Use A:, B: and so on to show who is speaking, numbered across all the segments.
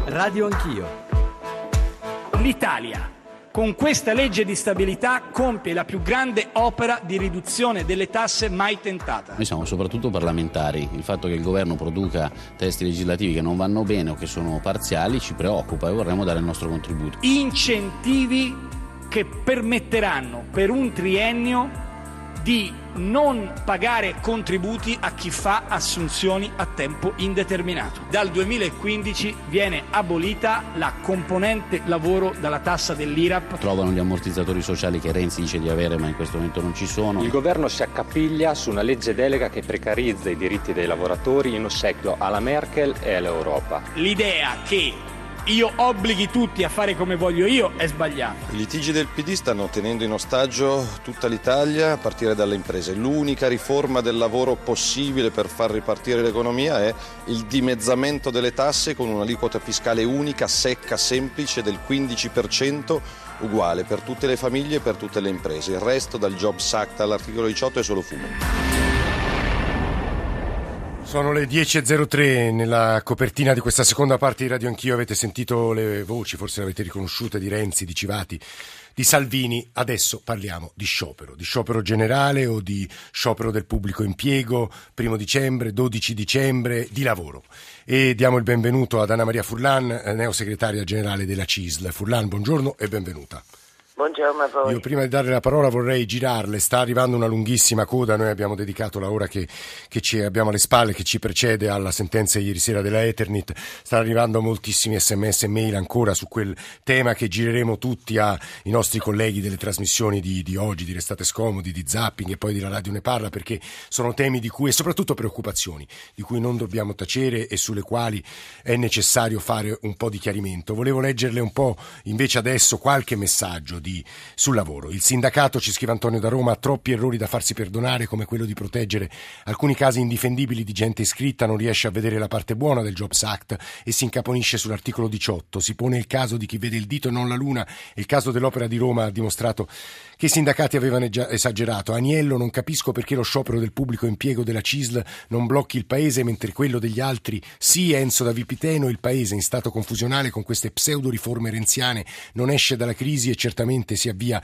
A: Radio Anch'io.
B: L'Italia, con questa legge di stabilità, compie la più grande opera di riduzione delle tasse mai tentata.
C: Noi siamo soprattutto parlamentari. Il fatto che il governo produca testi legislativi che non vanno bene o che sono parziali ci preoccupa e vorremmo dare il nostro contributo.
B: Incentivi che permetteranno per un triennio di non pagare contributi a chi fa assunzioni a tempo indeterminato. Dal 2015 viene abolita la componente lavoro dalla tassa dell'IRAP.
C: Trovano gli ammortizzatori sociali che Renzi dice di avere ma in questo momento non ci sono.
D: Il governo si accapiglia su una legge delega che precarizza i diritti dei lavoratori in ossequio alla Merkel e all'Europa.
B: L'idea che io obblighi tutti a fare come voglio io è sbagliato.
E: I litigi del PD stanno tenendo in ostaggio tutta l'Italia a partire dalle imprese. L'unica riforma del lavoro possibile per far ripartire l'economia è il dimezzamento delle tasse con un'aliquota fiscale unica, secca, semplice del 15%, uguale per tutte le famiglie e per tutte le imprese. Il resto, dal Jobs Act all'articolo 18, è solo fumo.
F: Sono le 10.03, nella copertina di questa seconda parte di Radio Anch'io avete sentito le voci, forse le avete riconosciute, di Renzi, di Civati, di Salvini. Adesso parliamo di sciopero generale o di sciopero del pubblico impiego, 1 dicembre, 12 dicembre, di lavoro. E diamo il benvenuto ad Anna Maria Furlan, neosegretaria generale della CISL. Furlan, buongiorno e benvenuta.
G: Buongiorno a voi.
F: Io prima di dare la parola vorrei girarle, sta arrivando una lunghissima coda, noi abbiamo dedicato la ora che ci abbiamo alle spalle, che ci precede alla sentenza ieri sera della Eternit, stanno arrivando moltissimi sms e mail ancora su quel tema che gireremo tutti ai nostri colleghi delle trasmissioni di oggi, di Restate Scomodi, di Zapping e poi di La Radio Ne Parla, perché sono temi di cui, e soprattutto preoccupazioni, di cui non dobbiamo tacere e sulle quali è necessario fare un po' di chiarimento. Volevo leggerle un po' invece adesso qualche messaggio sul lavoro. Il sindacato, ci scrive Antonio da Roma, ha troppi errori da farsi perdonare, come quello di proteggere alcuni casi indifendibili di gente iscritta, non riesce a vedere la parte buona del Jobs Act e si incaponisce sull'articolo 18. Si pone il caso di chi vede il dito e non la luna. Il caso dell'Opera di Roma ha dimostrato che i sindacati avevano già esagerato. Agnello, non capisco perché lo sciopero del pubblico impiego della CISL non blocchi il paese mentre quello degli altri sì. Enzo da Vipiteno, il paese in stato confusionale con queste pseudo riforme renziane non esce dalla crisi e certamente si avvia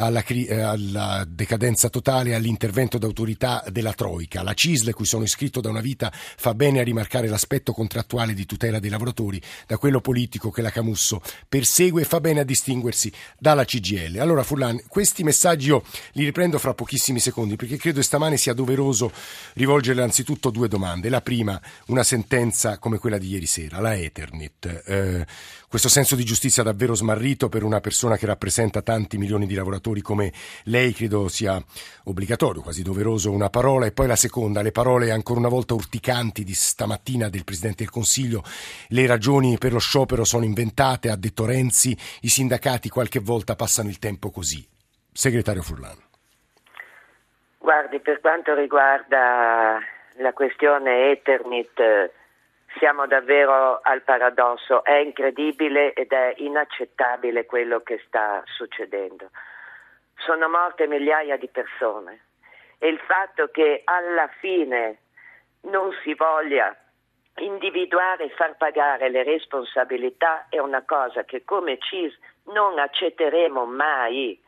F: alla decadenza totale, all'intervento d'autorità della Troica. La CISL, cui sono iscritto da una vita, fa bene a rimarcare l'aspetto contrattuale di tutela dei lavoratori da quello politico che la Camusso persegue, e fa bene a distinguersi dalla CGIL. Allora Furlan, questi messaggi io li riprendo fra pochissimi secondi perché credo stamane sia doveroso rivolgere anzitutto due domande. La prima, una sentenza come quella di ieri sera, la Eternit, questo senso di giustizia davvero smarrito per una persona che rappresenta tanti milioni di lavoratori come lei, credo sia obbligatorio, quasi doveroso, una parola. E poi la seconda, le parole ancora una volta urticanti di stamattina del Presidente del Consiglio: le ragioni per lo sciopero sono inventate, ha detto Renzi, i sindacati qualche volta passano il tempo così. Segretario Furlan.
G: Guardi, per quanto riguarda la questione Eternit, siamo davvero al paradosso, è incredibile ed è inaccettabile quello che sta succedendo. Sono morte migliaia di persone e il fatto che alla fine non si voglia individuare e far pagare le responsabilità è una cosa che come CIS non accetteremo mai.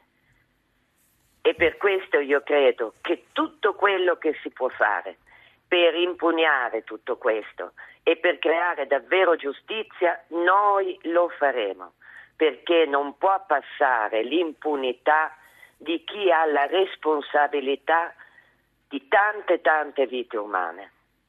G: E per questo io credo che tutto quello che si può fare per impugnare tutto questo e per creare davvero giustizia, noi lo faremo, perché non può passare l'impunità di chi ha la responsabilità di tante vite umane.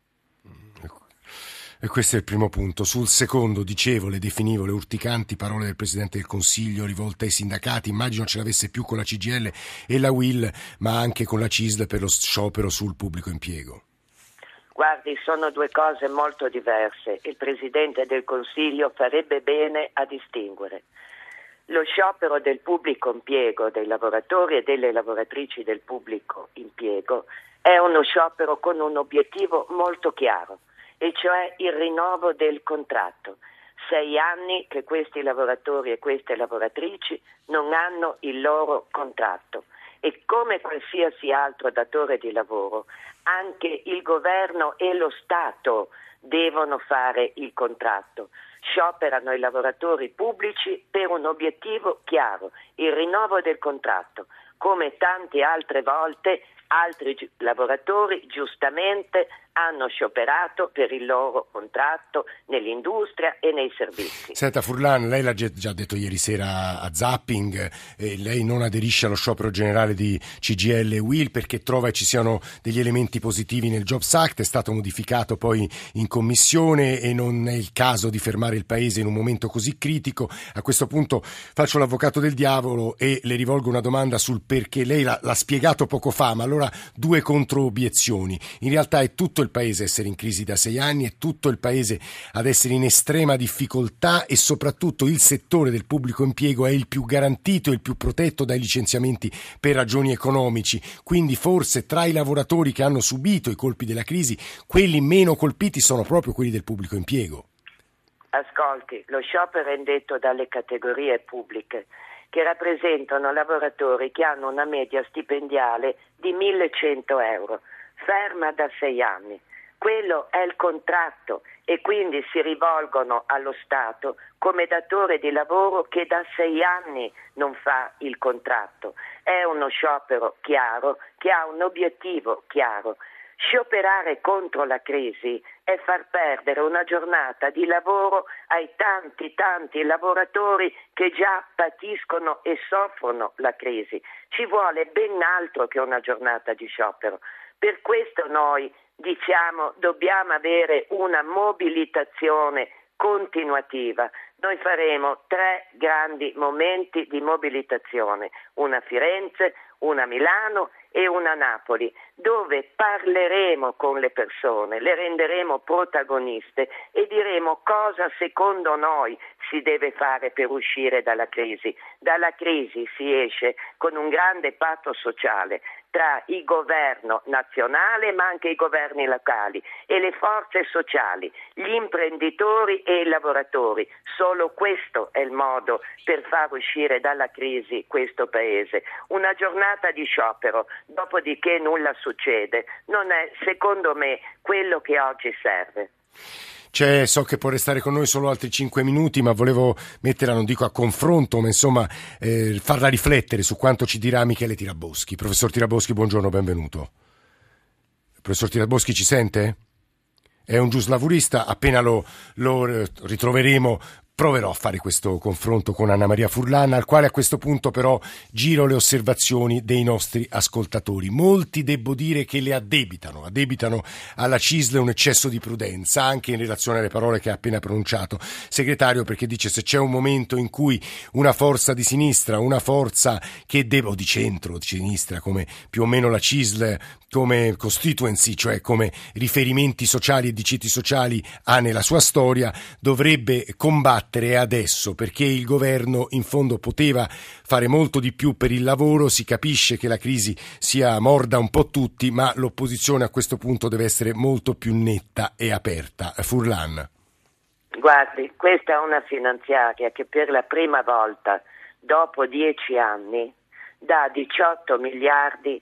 F: E questo è il primo punto. Sul secondo, dicevo, le definivo le urticanti parole del Presidente del Consiglio rivolte ai sindacati. Immagino ce l'avesse più con la CGIL e la UIL, ma anche con la CISL per lo sciopero sul pubblico impiego.
G: Guardi, sono due cose molto diverse. Il Presidente del Consiglio farebbe bene a distinguere. Lo sciopero del pubblico impiego, dei lavoratori e delle lavoratrici del pubblico impiego, è uno sciopero con un obiettivo molto chiaro, e cioè il rinnovo del contratto. 6 anni che questi lavoratori e queste lavoratrici non hanno il loro contratto. E come qualsiasi altro datore di lavoro, anche il governo e lo Stato devono fare il contratto. scioperano i lavoratori pubblici per un obiettivo chiaro, il rinnovo del contratto. Come tante altre volte, altri lavoratori giustamente hanno scioperato per il loro contratto nell'industria e nei servizi.
F: Senta Furlan, lei l'ha già detto ieri sera a Zapping, lei non aderisce allo sciopero generale di CGIL e UIL perché trova che ci siano degli elementi positivi nel Jobs Act, è stato modificato poi in commissione e non è il caso di fermare il paese in un momento così critico. A questo punto faccio l'avvocato del diavolo e le rivolgo una domanda sul perché. Lei l'ha spiegato poco fa, ma allora due controobiezioni. In realtà è tutto il paese a essere in crisi da 6 anni, è tutto il paese ad essere in estrema difficoltà e soprattutto il settore del pubblico impiego è il più garantito e il più protetto dai licenziamenti per ragioni economici. Quindi forse tra i lavoratori che hanno subito i colpi della crisi, quelli meno colpiti sono proprio quelli del pubblico impiego.
G: Ascolti, lo sciopero è indetto dalle categorie pubbliche che rappresentano lavoratori che hanno una media stipendiale di 1.100 euro. Ferma da 6 anni. Quello è il contratto e quindi si rivolgono allo Stato come datore di lavoro che da 6 anni non fa il contratto. È uno sciopero chiaro che ha un obiettivo chiaro. Scioperare contro la crisi è far perdere una giornata di lavoro ai tanti lavoratori che già patiscono e soffrono la crisi. Ci vuole ben altro che una giornata di sciopero. Per questo noi diciamo dobbiamo avere una mobilitazione continuativa. Noi faremo 3 grandi momenti di mobilitazione, una a Firenze, una a Milano e una a Napoli, dove parleremo con le persone, le renderemo protagoniste e diremo cosa secondo noi si deve fare per uscire dalla crisi. Dalla crisi si esce con un grande patto sociale tra il governo nazionale ma anche i governi locali e le forze sociali, gli imprenditori e i lavoratori. Solo questo è il modo per far uscire dalla crisi questo paese. Una giornata di sciopero, dopodiché nulla succede, non è secondo me quello che oggi serve.
F: So che può restare con noi solo altri 5 minuti, ma volevo metterla, non dico a confronto, ma insomma farla riflettere su quanto ci dirà Michele Tiraboschi. Professor Tiraboschi, buongiorno, benvenuto. Professor Tiraboschi, ci sente? È un giuslavorista, appena lo ritroveremo proverò a fare questo confronto con Anna Maria Furlan, al quale a questo punto però giro le osservazioni dei nostri ascoltatori. Molti, devo dire, che le addebitano alla CISL un eccesso di prudenza, anche in relazione alle parole che ha appena pronunciato, segretario, perché dice se c'è un momento in cui una forza di sinistra, una forza che o di centro, di sinistra, come più o meno la CISL, come constituency, cioè come riferimenti sociali e di ceti sociali ha nella sua storia, dovrebbe combattere adesso, perché il governo in fondo poteva fare molto di più per il lavoro. Si capisce che la crisi morda un po' tutti, ma l'opposizione a questo punto deve essere molto più netta e aperta. Furlan.
G: Guardi, questa è una finanziaria che per la prima volta dopo 10 anni dà 18 miliardi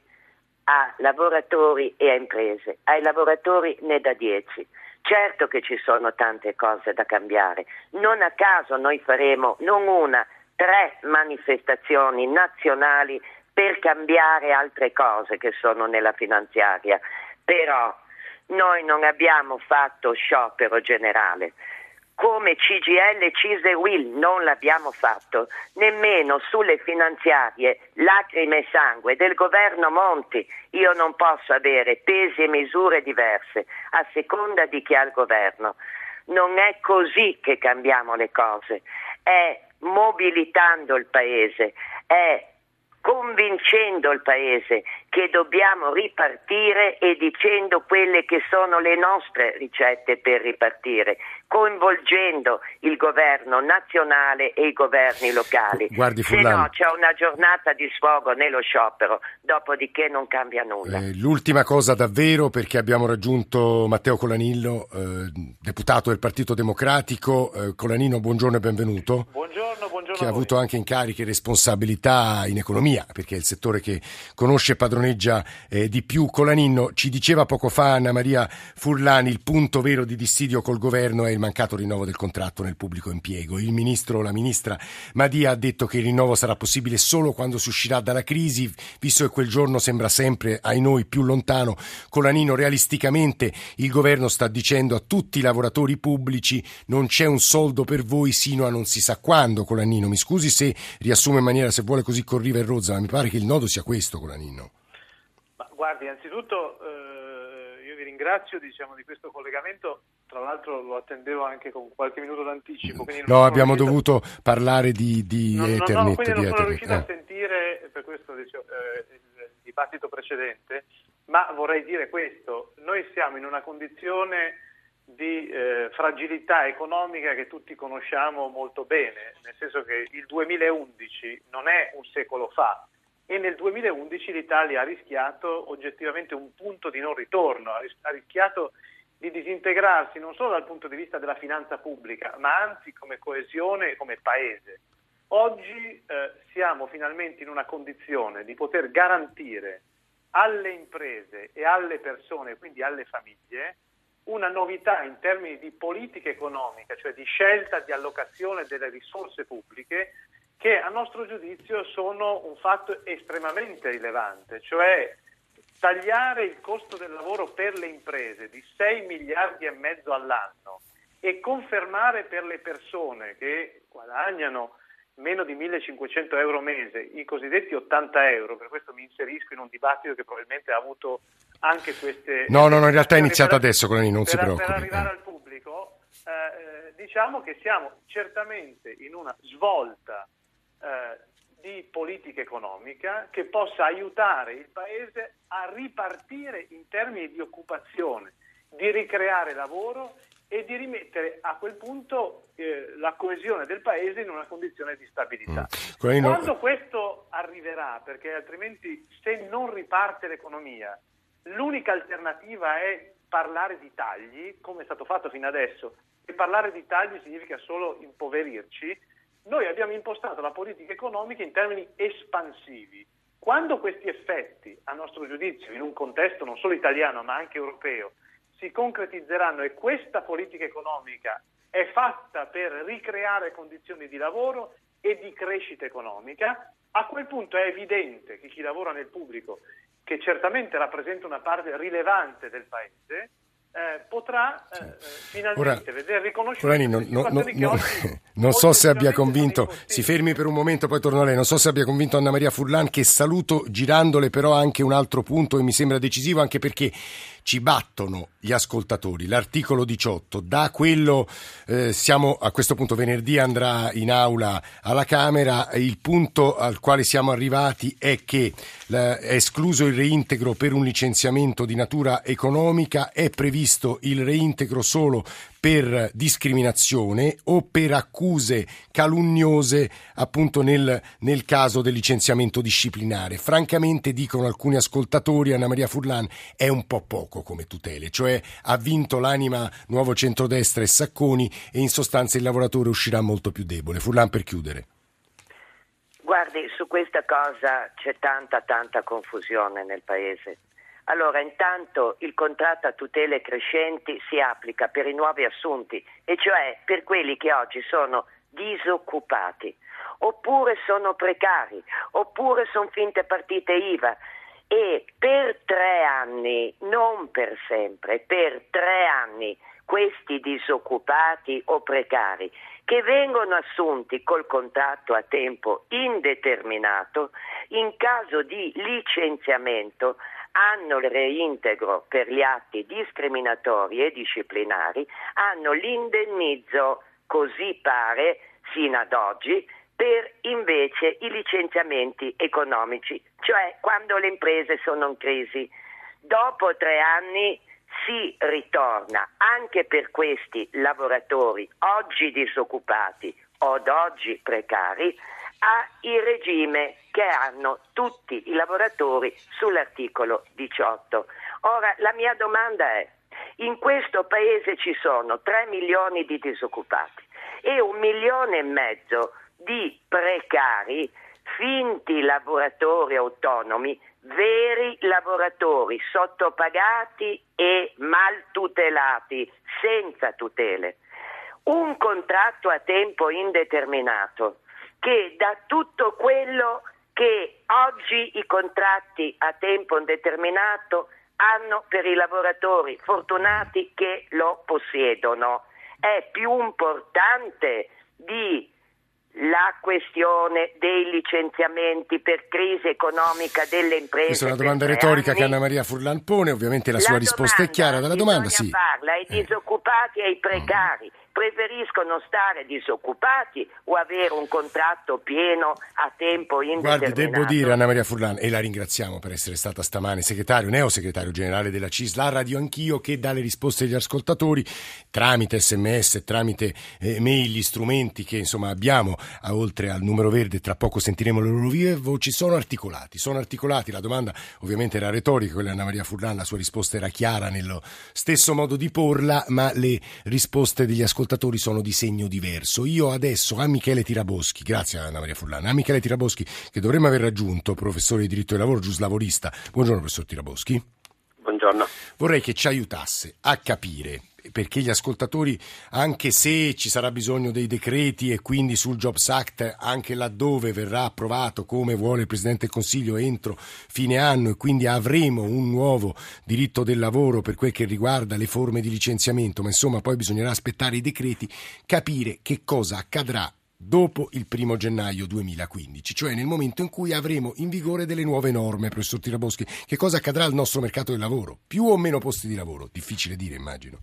G: a lavoratori e a imprese. Ai lavoratori ne dà 10. Certo che ci sono tante cose da cambiare. Non a caso noi faremo non una, 3 manifestazioni nazionali per cambiare altre cose che sono nella finanziaria. Però noi non abbiamo fatto sciopero generale. Come CGIL, CISL e UIL non l'abbiamo fatto, nemmeno sulle finanziarie lacrime e sangue del governo Monti. Io non posso avere pesi e misure diverse a seconda di chi ha il governo. Non è così che cambiamo le cose, è mobilitando il paese, è convincendo il paese che dobbiamo ripartire e dicendo quelle che sono le nostre ricette per ripartire, coinvolgendo il governo nazionale e i governi locali.
F: Guardi,
G: se no c'è una giornata di sfogo nello sciopero, dopodiché non cambia nulla.
F: L'ultima cosa davvero, perché abbiamo raggiunto Matteo Colanillo, deputato del Partito Democratico. Colanino, buongiorno e benvenuto.
A: Buongiorno
F: che ha avuto anche incarichi e responsabilità in economia, perché è il settore che conosce e padroneggia di più. Colaninno, ci diceva poco fa Anna Maria Furlan, il punto vero di dissidio col governo è il mancato rinnovo del contratto nel pubblico impiego. Il ministro, la ministra Madia ha detto che il rinnovo sarà possibile solo quando si uscirà dalla crisi, visto che quel giorno sembra sempre, ai noi, più lontano. Colaninno, realisticamente il governo sta dicendo a tutti i lavoratori pubblici: non c'è un soldo per voi sino a non si sa quando. Colaninno, mi scusi se riassumo in maniera, se vuole, così corriva e rozza, ma mi pare che il nodo sia questo, Colaninno.
A: Ma guardi, innanzitutto io vi ringrazio di questo collegamento, tra l'altro lo attendevo anche con qualche minuto d'anticipo.
F: No, abbiamo dovuto parlare di Ethernet.
A: Quindi non sono riuscito a sentire, per questo il dibattito precedente, ma vorrei dire questo: noi siamo in una condizione di fragilità economica che tutti conosciamo molto bene, nel senso che il 2011 non è un secolo fa e nel 2011 l'Italia ha rischiato oggettivamente un punto di non ritorno, ha rischiato di disintegrarsi non solo dal punto di vista della finanza pubblica, ma anzi come coesione e come paese. Oggi siamo finalmente in una condizione di poter garantire alle imprese e alle persone, quindi alle famiglie, una novità in termini di politica economica, cioè di scelta di allocazione delle risorse pubbliche, che a nostro giudizio sono un fatto estremamente rilevante, cioè tagliare il costo del lavoro per le imprese di 6 miliardi e mezzo all'anno e confermare per le persone che guadagnano meno di 1.500 euro mese i cosiddetti 80 euro, per questo mi inserisco in un dibattito che probabilmente ha avuto anche queste...
F: No, in realtà è iniziato adesso, non si preoccupi.
A: Per arrivare al pubblico, diciamo che siamo certamente in una svolta di politica economica che possa aiutare il Paese a ripartire in termini di occupazione, di ricreare lavoro e di rimettere a quel punto la coesione del Paese in una condizione di stabilità. Quando questo arriverà, perché altrimenti se non riparte l'economia, l'unica alternativa è parlare di tagli, come è stato fatto fino adesso, e parlare di tagli significa solo impoverirci. Noi abbiamo impostato la politica economica in termini espansivi. Quando questi effetti, a nostro giudizio, in un contesto non solo italiano ma anche europeo, si concretizzeranno e questa politica economica è fatta per ricreare condizioni di lavoro e di crescita economica, a quel punto è evidente che chi lavora nel pubblico, che certamente rappresenta una parte rilevante del Paese, potrà finalmente vedere riconosciuto
F: non so se abbia convinto, si fermi per un momento poi torno a lei, non so se abbia convinto Anna Maria Furlan, che saluto girandole però anche un altro punto che mi sembra decisivo, anche perché ci battono gli ascoltatori. L'articolo 18, da quello siamo a questo punto, venerdì andrà in aula alla Camera, il punto al quale siamo arrivati è che è escluso il reintegro per un licenziamento di natura economica, è previsto il reintegro solo per discriminazione o per accuse calunniose, appunto nel caso del licenziamento disciplinare. Francamente, dicono alcuni ascoltatori, Anna Maria Furlan, è un po' poco come tutele, cioè ha vinto l'anima Nuovo Centrodestra e Sacconi e in sostanza il lavoratore uscirà molto più debole. Furlan, per chiudere.
G: Guardi, su questa cosa c'è tanta confusione nel Paese. Allora, intanto il contratto a tutele crescenti si applica per i nuovi assunti, e cioè per quelli che oggi sono disoccupati, oppure sono precari, oppure sono finte partite IVA, e per 3 anni, non per sempre, per 3 anni, questi disoccupati o precari che vengono assunti col contratto a tempo indeterminato, in caso di licenziamento hanno il reintegro per gli atti discriminatori e disciplinari, hanno l'indennizzo, così pare, sino ad oggi, per invece i licenziamenti economici, cioè quando le imprese sono in crisi. Dopo 3 anni si ritorna anche per questi lavoratori oggi disoccupati o ad oggi precari il regime che hanno tutti i lavoratori sull'articolo 18. Ora, la mia domanda è: in questo Paese ci sono 3 milioni di disoccupati e 1,5 milioni di precari, finti lavoratori autonomi, veri lavoratori sottopagati e mal tutelati, senza tutele. Un contratto a tempo indeterminato che da tutto quello che oggi i contratti a tempo indeterminato hanno per i lavoratori fortunati che lo possiedono. È più importante di la questione dei licenziamenti per crisi economica delle imprese.
F: Questa è una domanda retorica che Anna Maria Furlan pone, ovviamente la sua risposta è chiara. Dalla domanda sì.
G: Farla ai disoccupati e ai precari. Preferiscono stare disoccupati o avere un contratto pieno a tempo indeterminato?
F: Guardi, devo dire, Anna Maria Furlan, e la ringraziamo per essere stata stamane neosegretario generale della CISL, la radio anch'io, che dà le risposte agli ascoltatori tramite SMS, tramite mail, gli strumenti che insomma abbiamo, oltre al numero verde, tra poco sentiremo le loro vive voci, sono articolati. La domanda ovviamente era retorica, quella di Anna Maria Furlan, la sua risposta era chiara nello stesso modo di porla, ma le risposte degli ascoltatori sono di segno diverso. Io adesso a Michele Tiraboschi, grazie a Anna Maria Furlan, a Michele Tiraboschi, che dovremmo aver raggiunto, professore di diritto del lavoro, giuslavorista. Buongiorno professor Tiraboschi.
H: Buongiorno.
F: Vorrei che ci aiutasse a capire, perché gli ascoltatori, anche se ci sarà bisogno dei decreti e quindi sul Jobs Act, anche laddove verrà approvato come vuole il Presidente del Consiglio entro fine anno, e quindi avremo un nuovo diritto del lavoro per quel che riguarda le forme di licenziamento, ma insomma poi bisognerà aspettare i decreti, capire che cosa accadrà dopo il 1 gennaio 2015, cioè nel momento in cui avremo in vigore delle nuove norme. Professor Tiraboschi, che cosa accadrà al nostro mercato del lavoro? Più o meno posti di lavoro? Difficile dire, immagino.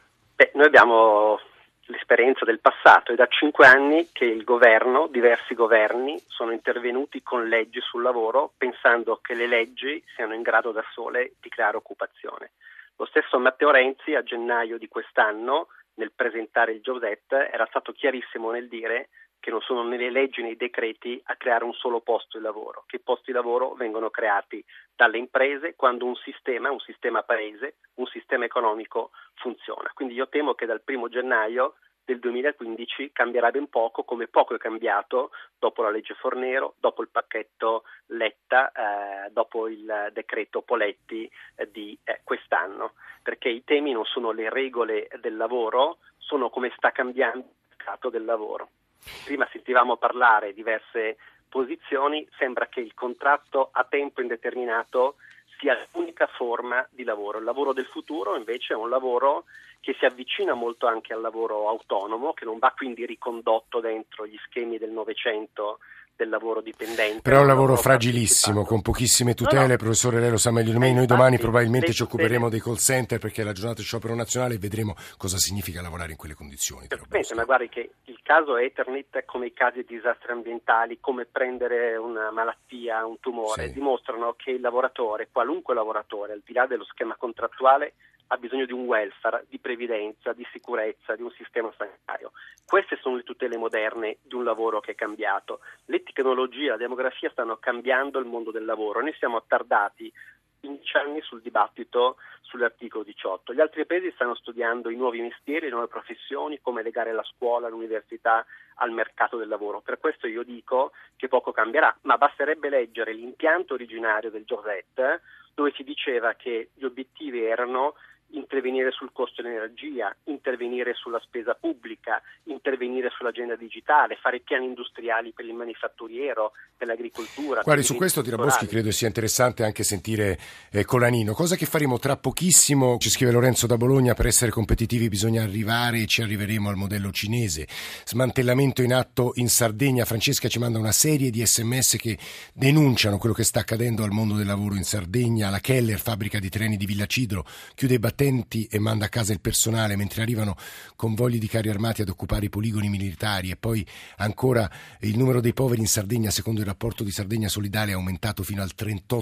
H: Noi abbiamo l'esperienza del passato. È da 5 anni che diversi governi, sono intervenuti con leggi sul lavoro pensando che le leggi siano in grado da sole di creare occupazione. Lo stesso Matteo Renzi a gennaio di quest'anno, nel presentare il Jobs Act, era stato chiarissimo nel dire che non sono né le leggi né i decreti a creare un solo posto di lavoro, che i posti di lavoro vengono creati dalle imprese quando un sistema paese, un sistema economico funziona. Quindi io temo che dal 1 gennaio del 2015 cambierà ben poco, come poco è cambiato dopo la legge Fornero, dopo il pacchetto Letta, dopo il decreto Poletti di quest'anno, perché i temi non sono le regole del lavoro, sono come sta cambiando il mercato del lavoro. Prima sentivamo parlare diverse posizioni, sembra che il contratto a tempo indeterminato sia l'unica forma di lavoro. Il lavoro del futuro invece è un lavoro che si avvicina molto anche al lavoro autonomo, che non va quindi ricondotto dentro gli schemi del Novecento del lavoro dipendente.
F: Però è un lavoro fragilissimo, con pochissime tutele. No. Professore, lei lo sa meglio di me. Noi domani probabilmente ci occuperemo dei call center, perché è la giornata di sciopero nazionale, e vedremo cosa significa lavorare in quelle condizioni.
H: Ma guardi che il caso Eternit, come i casi di disastri ambientali, come prendere una malattia, un tumore, dimostrano che il lavoratore, qualunque lavoratore, al di là dello schema contrattuale, ha bisogno di un welfare, di previdenza, di sicurezza, di un sistema sanitario. Queste sono le tutele moderne di un lavoro che è cambiato. Le tecnologie, la demografia stanno cambiando il mondo del lavoro. Noi siamo attardati 15 anni sul dibattito sull'articolo 18. Gli altri paesi stanno studiando i nuovi mestieri, le nuove professioni, come legare la scuola, l'università al mercato del lavoro. Per questo io dico che poco cambierà, ma basterebbe leggere l'impianto originario del Jobs Act, dove si diceva che gli obiettivi erano intervenire sul costo dell'energia, intervenire sulla spesa pubblica, intervenire sull'agenda digitale, fare piani industriali per il manifatturiero, per l'agricoltura.
F: Guardi, su questo Tiraboschi credo sia interessante anche sentire Colanino, cosa che faremo tra pochissimo. Ci scrive Lorenzo da Bologna: per essere competitivi bisogna arrivare, e ci arriveremo, al modello cinese. Smantellamento in atto in Sardegna. Francesca ci manda una serie di SMS che denunciano quello che sta accadendo al mondo del lavoro in Sardegna. La Keller, fabbrica di treni di Villa Cidro, chiude i battenti e manda a casa il personale, mentre arrivano convogli di carri armati ad occupare i poligoni militari. E poi ancora il numero dei poveri in Sardegna, secondo il rapporto di Sardegna Solidale, è aumentato fino al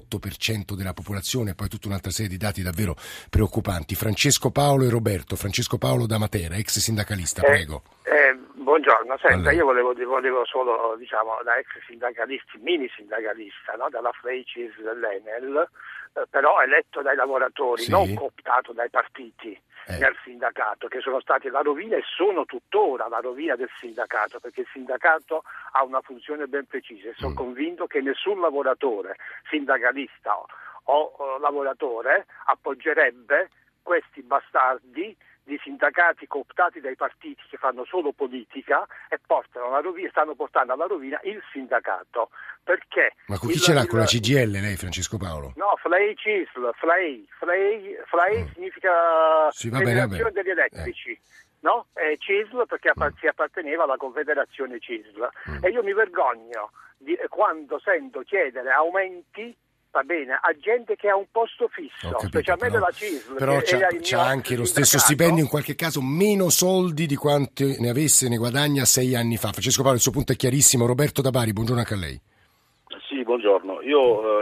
F: 38% della popolazione, e poi tutta un'altra serie di dati davvero preoccupanti. Francesco Paolo e Roberto. Francesco Paolo da Matera, ex sindacalista, prego.
I: Buongiorno, senta, io volevo solo, da ex sindacalisti, mini sindacalista, no? Dalla FLEICIS dell'Enel, però eletto dai lavoratori,
F: sì,
I: non cooptato dai partiti nel sindacato, che sono stati la rovina e sono tuttora la rovina del sindacato, perché il sindacato ha una funzione ben precisa e sono convinto che nessun lavoratore, sindacalista o lavoratore, appoggerebbe questi bastardi di sindacati cooptati dai partiti che fanno solo politica e stanno portando alla rovina il sindacato. Perché?
F: Ma con chi ce l'ha con la CGIL lei, Francesco Paolo?
I: No, FLAI-CISL, FLAI significa Federazione degli Elettrici. No? CISL perché si apparteneva alla Confederazione CISL. E io mi vergogno quando sento chiedere aumenti, va bene, a gente che ha un posto fisso, capito, specialmente
F: però,
I: la CISL.
F: Però c'ha anche lo stesso stipendio, in qualche caso meno soldi di quanto ne avesse, ne guadagna 6 anni fa. Francesco Paolo, il suo punto è chiarissimo. Roberto da Bari, buongiorno anche a lei.
J: Sì, buongiorno. Io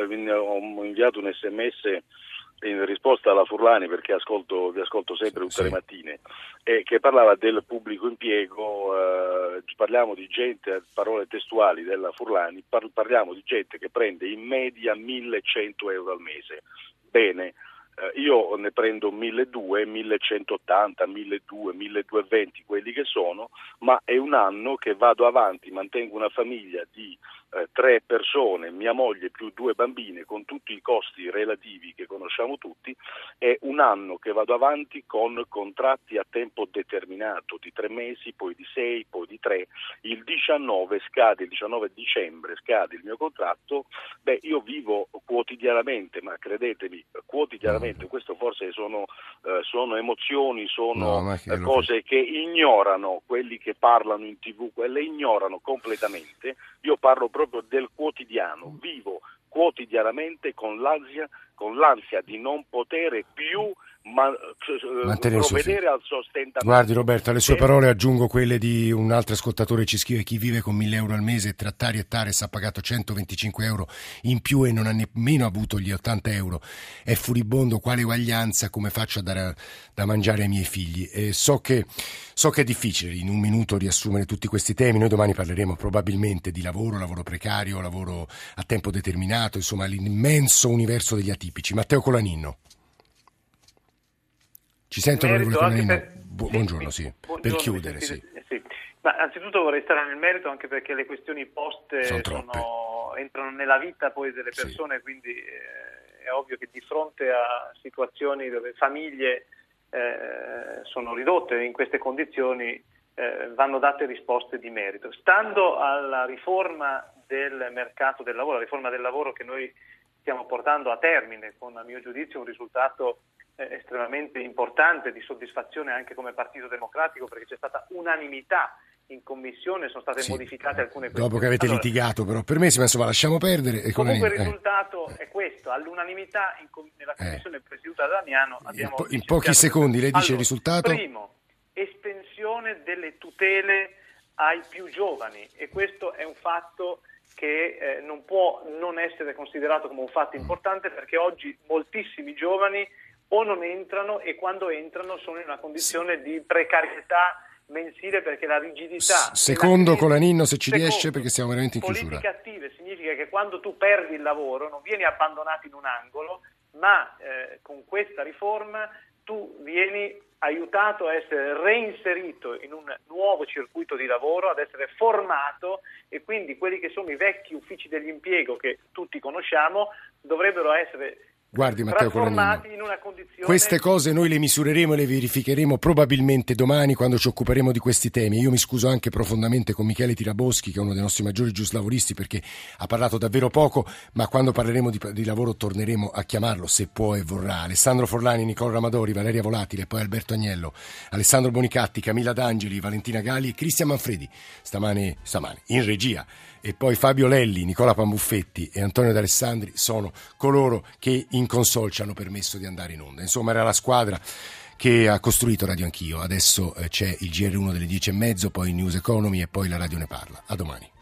J: ho inviato un SMS in risposta alla Furlani, perché vi ascolto sempre tutte le mattine, che parlava del pubblico impiego. Parliamo di gente, parole testuali della Furlani, parliamo di gente che prende in media 1.100 euro al mese. Bene, io ne prendo 1.200, 1.180, 1.200, 1.220, quelli che sono, ma è un anno che vado avanti, mantengo una famiglia di 3 persone, mia moglie più 2 bambine, con tutti i costi relativi che conosciamo tutti. È un anno che vado avanti con contratti a tempo determinato di 3 mesi, poi di 6, poi di 3. Il 19 dicembre scade il mio contratto. Io vivo quotidianamente, ma credetemi, quotidianamente, questo forse sono emozioni, sono cose che ignorano quelli che parlano in TV, quelle ignorano completamente. Io parlo proprio del quotidiano, vivo quotidianamente con l'ansia di non poter più provvedere al sostentamento.
F: Guardi Roberto, alle sue parole aggiungo quelle di un altro ascoltatore, ci scrive: chi vive con 1.000 euro al mese tra Tari e Tares ha pagato 125 euro in più e non ha nemmeno avuto gli 80 euro, è furibondo, quale uguaglianza, come faccio a dare da mangiare ai miei figli? So che è difficile in un minuto riassumere tutti questi temi. Noi domani parleremo probabilmente di lavoro precario, lavoro a tempo determinato, insomma l'immenso universo degli atipici. Matteo Colaninno. Ci sentono, onorevole Colaninno? Buongiorno, sì. Buongiorno, per chiudere, sì.
A: Ma anzitutto vorrei stare nel merito, anche perché le questioni poste entrano nella vita poi delle persone, quindi è ovvio che di fronte a situazioni dove famiglie sono ridotte in queste condizioni vanno date risposte di merito. Stando alla riforma del mercato del lavoro, la riforma del lavoro che noi stiamo portando a termine con, a mio giudizio, un risultato estremamente importante, di soddisfazione anche come Partito Democratico, perché c'è stata unanimità in commissione, sono state modificate alcune questioni.
F: Dopo che avete litigato, però per me, insomma, lasciamo perdere.
A: Comunque il risultato è questo: all'unanimità nella commissione presieduta da Damiano abbiamo
F: in pochi secondi lei dice il risultato.
A: Primo, estensione delle tutele ai più giovani, e questo è un fatto che non può non essere considerato come un fatto importante, perché oggi moltissimi giovani o non entrano, e quando entrano sono in una condizione di precarietà mensile, perché la rigidità...
F: Secondo Colaninno, se ci riesce, perché siamo veramente in chiusura.
A: Politiche attive significa che quando tu perdi il lavoro non vieni abbandonato in un angolo, ma con questa riforma tu vieni aiutato a essere reinserito in un nuovo circuito di lavoro, ad essere formato, e quindi quelli che sono i vecchi uffici dell'impiego che tutti conosciamo dovrebbero essere...
F: Guardi Matteo Colaninno,
A: in una condizione...
F: queste cose noi le misureremo e le verificheremo probabilmente domani, quando ci occuperemo di questi temi. Io mi scuso anche profondamente con Michele Tiraboschi, che è uno dei nostri maggiori giuslavoristi, perché ha parlato davvero poco, ma quando parleremo di lavoro torneremo a chiamarlo, se può e vorrà. Alessandro Forlani, Nicola Ramadori, Valeria Volatile, poi Alberto Agnello, Alessandro Bonicatti, Camilla D'Angeli, Valentina Gali e Cristian Manfredi stamane in regia, e poi Fabio Lelli, Nicola Pambuffetti e Antonio D'Alessandri sono coloro che in console ci hanno permesso di andare in onda. Insomma, era la squadra che ha costruito Radio Anch'io. Adesso c'è il GR1 delle 10:30, poi News Economy e poi la Radio ne parla. A domani.